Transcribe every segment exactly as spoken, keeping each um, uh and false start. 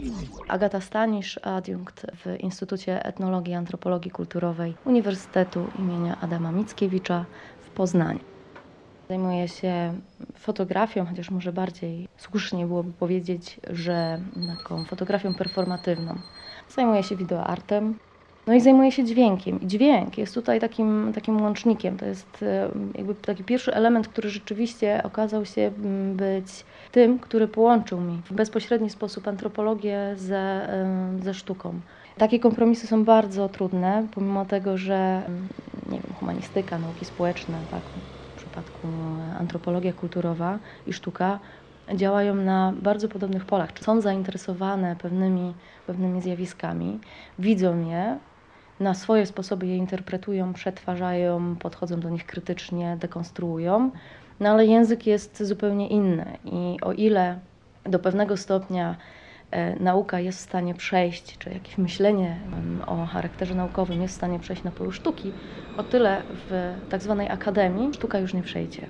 Agata Stanisz, adiunkt w Instytucie Etnologii i Antropologii Kulturowej Uniwersytetu imienia Adama Mickiewicza w Poznaniu. Zajmuję się fotografią, chociaż może bardziej słusznie byłoby powiedzieć, że taką fotografią performatywną. Zajmuję się wideoartem, no i zajmuję się dźwiękiem. I dźwięk jest tutaj takim, takim łącznikiem. To jest jakby taki pierwszy element, który rzeczywiście okazał się być tym, który połączył mi w bezpośredni sposób antropologię ze, ze sztuką. Takie kompromisy są bardzo trudne, pomimo tego, że nie wiem, humanistyka, nauki społeczne, tak, w przypadku antropologia kulturowa i sztuka działają na bardzo podobnych polach. Są zainteresowane pewnymi, pewnymi zjawiskami, widzą je, na swoje sposoby je interpretują, przetwarzają, podchodzą do nich krytycznie, dekonstruują, no ale język jest zupełnie inny i o ile do pewnego stopnia e, nauka jest w stanie przejść, czy jakieś myślenie o charakterze naukowym jest w stanie przejść na polu sztuki, o tyle w tak zwanej akademii sztuka już nie przejdzie.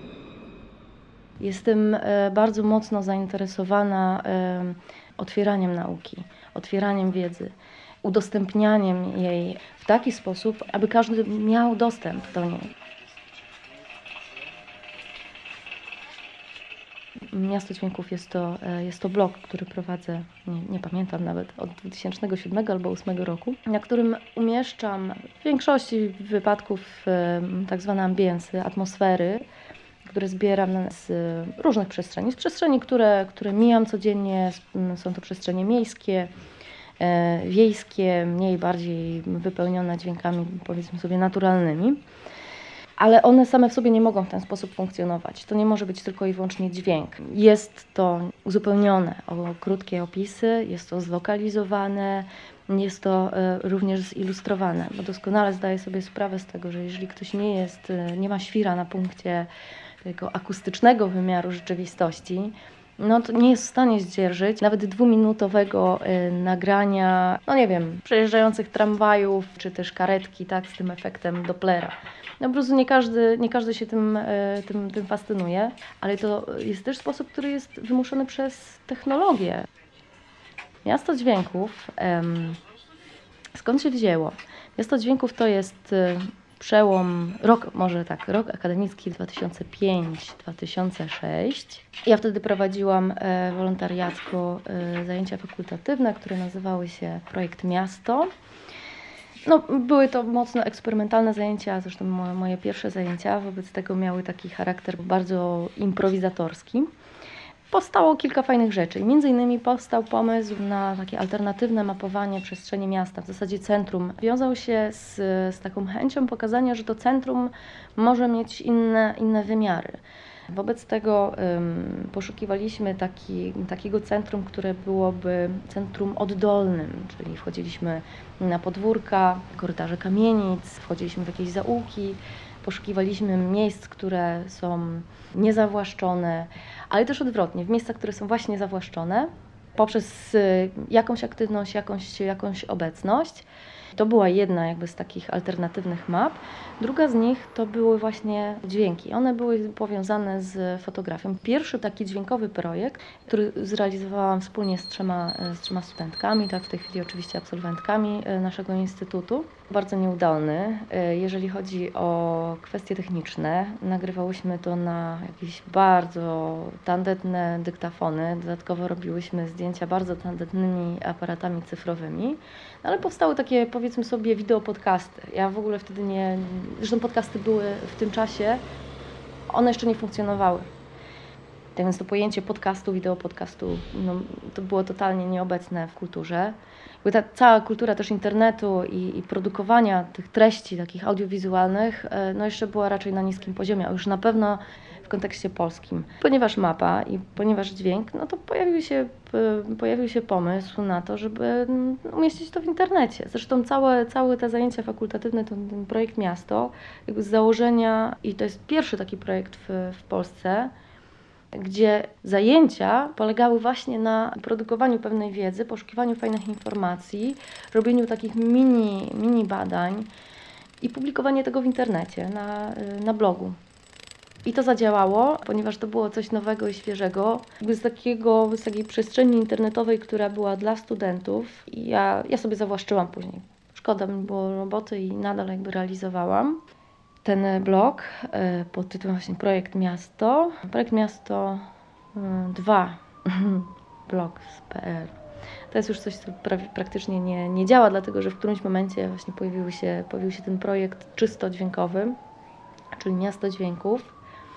Jestem e, bardzo mocno zainteresowana e, otwieraniem nauki, otwieraniem wiedzy, udostępnianiem jej w taki sposób, aby każdy miał dostęp do niej. Miasto Dźwięków jest to, jest to blog, który prowadzę, nie, nie pamiętam nawet, od dwa tysiące siódmego albo dwa tysiące ósmego roku, na którym umieszczam w większości wypadków tak zwane ambiensy, atmosfery, które zbieram z różnych przestrzeni. Z przestrzeni, które, które mijam codziennie, są to przestrzenie miejskie, wiejskie, mniej bardziej wypełnione dźwiękami, powiedzmy sobie, naturalnymi. Ale one same w sobie nie mogą w ten sposób funkcjonować. To nie może być tylko i wyłącznie dźwięk. Jest to uzupełnione o krótkie opisy, jest to zlokalizowane, jest to również zilustrowane, bo doskonale zdaję sobie sprawę z tego, że jeżeli ktoś nie jest, nie ma świra na punkcie tego akustycznego wymiaru rzeczywistości, no to nie jest w stanie zdzierżyć nawet dwuminutowego y, nagrania, no nie wiem, przejeżdżających tramwajów, czy też karetki, tak, z tym efektem Dopplera. No po prostu nie każdy, nie każdy się tym, y, tym, tym fascynuje, ale to jest też sposób, który jest wymuszony przez technologię. Miasto Dźwięków, ym, skąd się wzięło? Miasto Dźwięków to jest y, przełom, rok, może tak, rok akademicki dwa tysiące piąty do dwa tysiące szóstego. Ja wtedy prowadziłam e, wolontariacko e, zajęcia fakultatywne, które nazywały się Projekt Miasto. No, były to mocno eksperymentalne zajęcia, zresztą moje, moje pierwsze zajęcia, wobec tego miały taki charakter bardzo improwizatorski. Powstało kilka fajnych rzeczy. Między innymi powstał pomysł na takie alternatywne mapowanie przestrzeni miasta, w zasadzie centrum. Wiązał się z, z taką chęcią pokazania, że to centrum może mieć inne, inne wymiary. Wobec tego um, poszukiwaliśmy taki, takiego centrum, które byłoby centrum oddolnym, czyli wchodziliśmy na podwórka, korytarze kamienic, wchodziliśmy w jakieś zaułki, poszukiwaliśmy miejsc, które są niezawłaszczone, ale też odwrotnie, w miejscach, które są właśnie zawłaszczone, poprzez jakąś aktywność, jakąś, jakąś obecność. To była jedna jakby z takich alternatywnych map. Druga z nich to były właśnie dźwięki. One były powiązane z fotografią. Pierwszy taki dźwiękowy projekt, który zrealizowałam wspólnie z trzema, z trzema studentkami, tak w tej chwili oczywiście absolwentkami naszego instytutu. Bardzo nieudolny, jeżeli chodzi o kwestie techniczne. Nagrywałyśmy to na jakieś bardzo tandetne dyktafony. Dodatkowo robiłyśmy zdjęcia bardzo tandetnymi aparatami cyfrowymi. Ale powstały takie, powiedzmy sobie, wideopodcasty. Ja w ogóle wtedy nie... Zresztą podcasty były w tym czasie, one jeszcze nie funkcjonowały. Tak więc to pojęcie podcastu, wideopodcastu, no, to było totalnie nieobecne w kulturze. Ta cała kultura też internetu i, i produkowania tych treści takich audiowizualnych, no jeszcze była raczej na niskim poziomie, a już na pewno w kontekście polskim. Ponieważ mapa i ponieważ dźwięk, no to pojawił się, pojawił się pomysł na to, żeby umieścić to w internecie. Zresztą całe, całe te zajęcia fakultatywne, ten, ten projekt Miasto, z założenia, i to jest pierwszy taki projekt w, w Polsce, gdzie zajęcia polegały właśnie na produkowaniu pewnej wiedzy, poszukiwaniu fajnych informacji, robieniu takich mini, mini badań i publikowanie tego w internecie, na, na blogu. I to zadziałało, ponieważ to było coś nowego i świeżego. Jakby z, takiego, z takiej przestrzeni internetowej, która była dla studentów. I ja, ja sobie zawłaszczyłam później. Szkoda mi było roboty i nadal jakby realizowałam ten blog pod tytułem właśnie Projekt Miasto. Projekt Miasto dwa blog z P R. To jest już coś, co pra- praktycznie nie, nie działa, dlatego że w którymś momencie właśnie pojawił się, pojawił się ten projekt czysto dźwiękowy, czyli Miasto Dźwięków.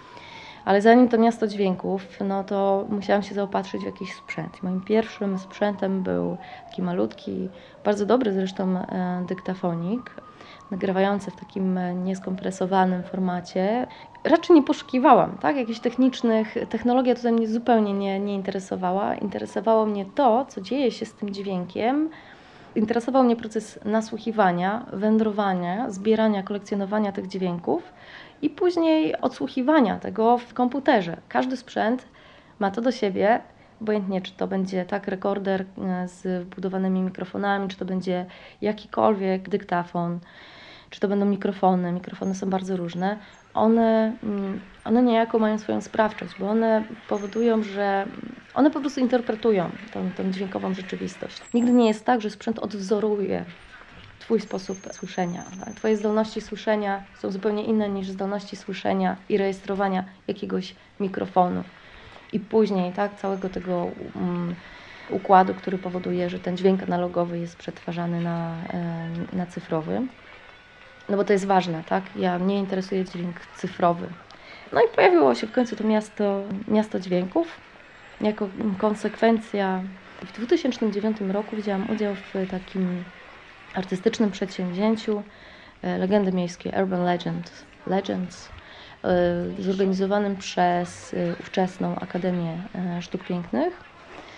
Ale zanim to Miasto Dźwięków, no to musiałam się zaopatrzyć w jakiś sprzęt. Moim pierwszym sprzętem był taki malutki, bardzo dobry zresztą dyktafonik, nagrywający w takim nieskompresowanym formacie. Raczej nie poszukiwałam, tak? Jakichś technicznych, technologia tutaj mnie zupełnie nie, nie interesowała. Interesowało mnie to, co dzieje się z tym dźwiękiem. Interesował mnie proces nasłuchiwania, wędrowania, zbierania, kolekcjonowania tych dźwięków i później odsłuchiwania tego w komputerze. Każdy sprzęt ma to do siebie, obojętnie czy to będzie tak rekorder z wbudowanymi mikrofonami, czy to będzie jakikolwiek dyktafon, czy to będą mikrofony. Mikrofony są bardzo różne. One, one niejako mają swoją sprawczość, bo one powodują, że one po prostu interpretują tą, tą dźwiękową rzeczywistość. Nigdy nie jest tak, że sprzęt odwzoruje Twój sposób słyszenia. Twoje zdolności słyszenia są zupełnie inne niż zdolności słyszenia i rejestrowania jakiegoś mikrofonu. I później tak, całego tego um, układu, który powoduje, że ten dźwięk analogowy jest przetwarzany na, na cyfrowy. No bo to jest ważne, tak? Ja mnie interesuje dźwięk cyfrowy. No i pojawiło się w końcu to miasto, miasto dźwięków. Jako konsekwencja w dwa tysiące dziewiątym roku wzięłam udział w takim artystycznym przedsięwzięciu Legendy Miejskie, Urban Legend, Legends, zorganizowanym przez ówczesną Akademię Sztuk Pięknych.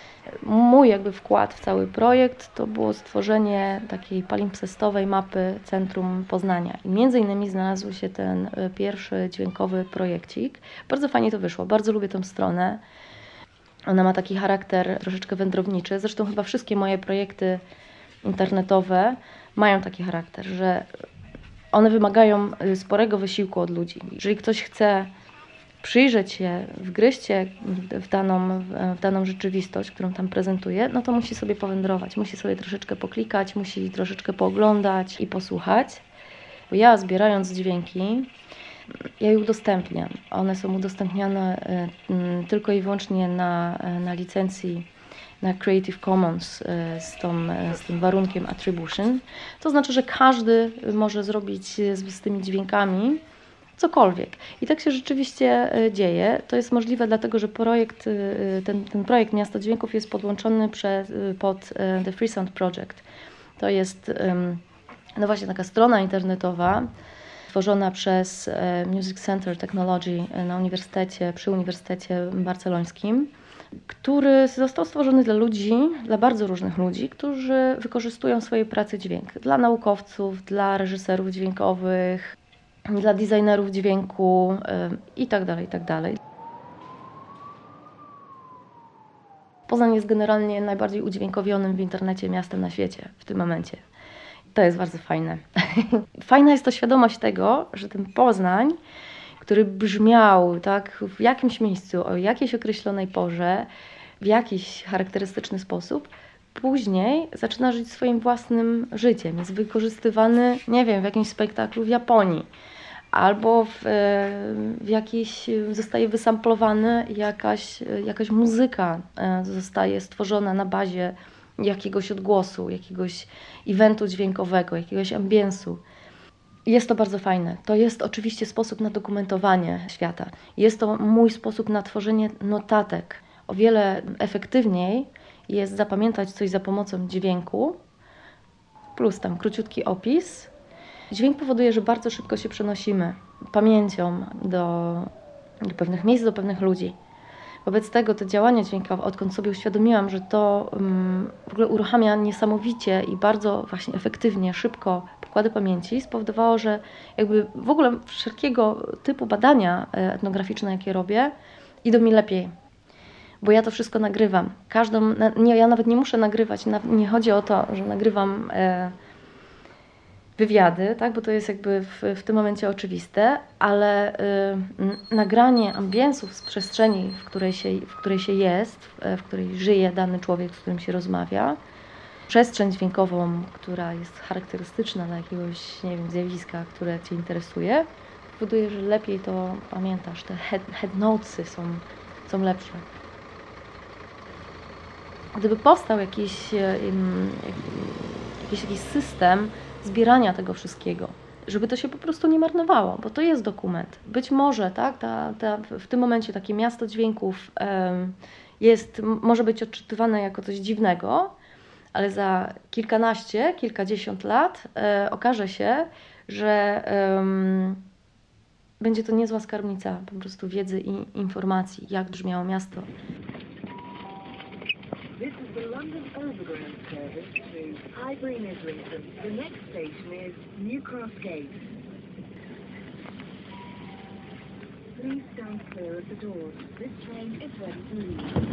Mój jakby wkład w cały projekt to było stworzenie takiej palimpsestowej mapy Centrum Poznania. I między innymi znalazł się ten pierwszy dźwiękowy projekcik. Bardzo fajnie to wyszło, bardzo lubię tę stronę. Ona ma taki charakter troszeczkę wędrowniczy. Zresztą chyba wszystkie moje projekty internetowe mają taki charakter, że one wymagają sporego wysiłku od ludzi. Jeżeli ktoś chce przyjrzeć się, wgryźć się w daną, w daną rzeczywistość, którą tam prezentuje, no to musi sobie powędrować, musi sobie troszeczkę poklikać, musi troszeczkę pooglądać i posłuchać. Bo ja zbierając dźwięki, ja je udostępniam. One są udostępniane tylko i wyłącznie na, na licencji na Creative Commons z, tą, z tym warunkiem attribution. To znaczy, że każdy może zrobić z, z tymi dźwiękami cokolwiek. I tak się rzeczywiście dzieje. To jest możliwe dlatego, że projekt, ten, ten projekt Miasto Dźwięków jest podłączony przez, pod The Free Sound Project. To jest no właśnie taka strona internetowa tworzona przez Music Center Technology na uniwersytecie, przy Uniwersytecie Barcelońskim, który został stworzony dla ludzi, dla bardzo różnych ludzi, którzy wykorzystują w swojej pracy dźwięk. Dla naukowców, dla reżyserów dźwiękowych, dla designerów dźwięku i tak dalej, i tak dalej. Poznań jest generalnie najbardziej udźwiękowionym w internecie miastem na świecie w tym momencie. To jest bardzo fajne. Fajna jest to świadomość tego, że ten Poznań, który brzmiał tak, w jakimś miejscu, o jakiejś określonej porze, w jakiś charakterystyczny sposób, później zaczyna żyć swoim własnym życiem. Jest wykorzystywany, nie wiem, w jakimś spektaklu w Japonii. Albo w, w jakiś, zostaje wysamplowany, jakaś, jakaś muzyka zostaje stworzona na bazie jakiegoś odgłosu, jakiegoś eventu dźwiękowego, jakiegoś ambiensu. Jest to bardzo fajne. To jest oczywiście sposób na dokumentowanie świata. Jest to mój sposób na tworzenie notatek. O wiele efektywniej jest zapamiętać coś za pomocą dźwięku, plus tam króciutki opis. Dźwięk powoduje, że bardzo szybko się przenosimy pamięcią do, do pewnych miejsc, do pewnych ludzi. Wobec tego te działania dźwiękowe, odkąd sobie uświadomiłam, że to um, w ogóle uruchamia niesamowicie i bardzo właśnie efektywnie, szybko pokłady pamięci, spowodowało, że jakby w ogóle wszelkiego typu badania etnograficzne, jakie robię, idą mi lepiej. Bo ja to wszystko nagrywam. Każdą, nie, ja nawet nie muszę nagrywać, nie chodzi o to, że nagrywam e, wywiady, tak, bo to jest jakby w, w tym momencie oczywiste, ale y, nagranie ambiensów z przestrzeni, w której, się, w której się jest, w, w której żyje dany człowiek, z którym się rozmawia, przestrzeń dźwiękową, która jest charakterystyczna dla jakiegoś, nie wiem, zjawiska, które Cię interesuje, powoduje, że lepiej to pamiętasz. Te head, head notesy są, są lepsze. Gdyby powstał jakiś, jakiś, jakiś system zbierania tego wszystkiego, żeby to się po prostu nie marnowało, bo to jest dokument. Być może, tak, ta, ta, w tym momencie takie miasto dźwięków jest, może być odczytywane jako coś dziwnego, ale za kilkanaście, kilkadziesiąt lat e, okaże się, że um, będzie to niezła skarbnica po prostu wiedzy i informacji, jak brzmiało miasto. This is the London Overground service to Highbury and Islington. The next station is New Cross Gate. Please stand clear of the doors. This train is ready to leave.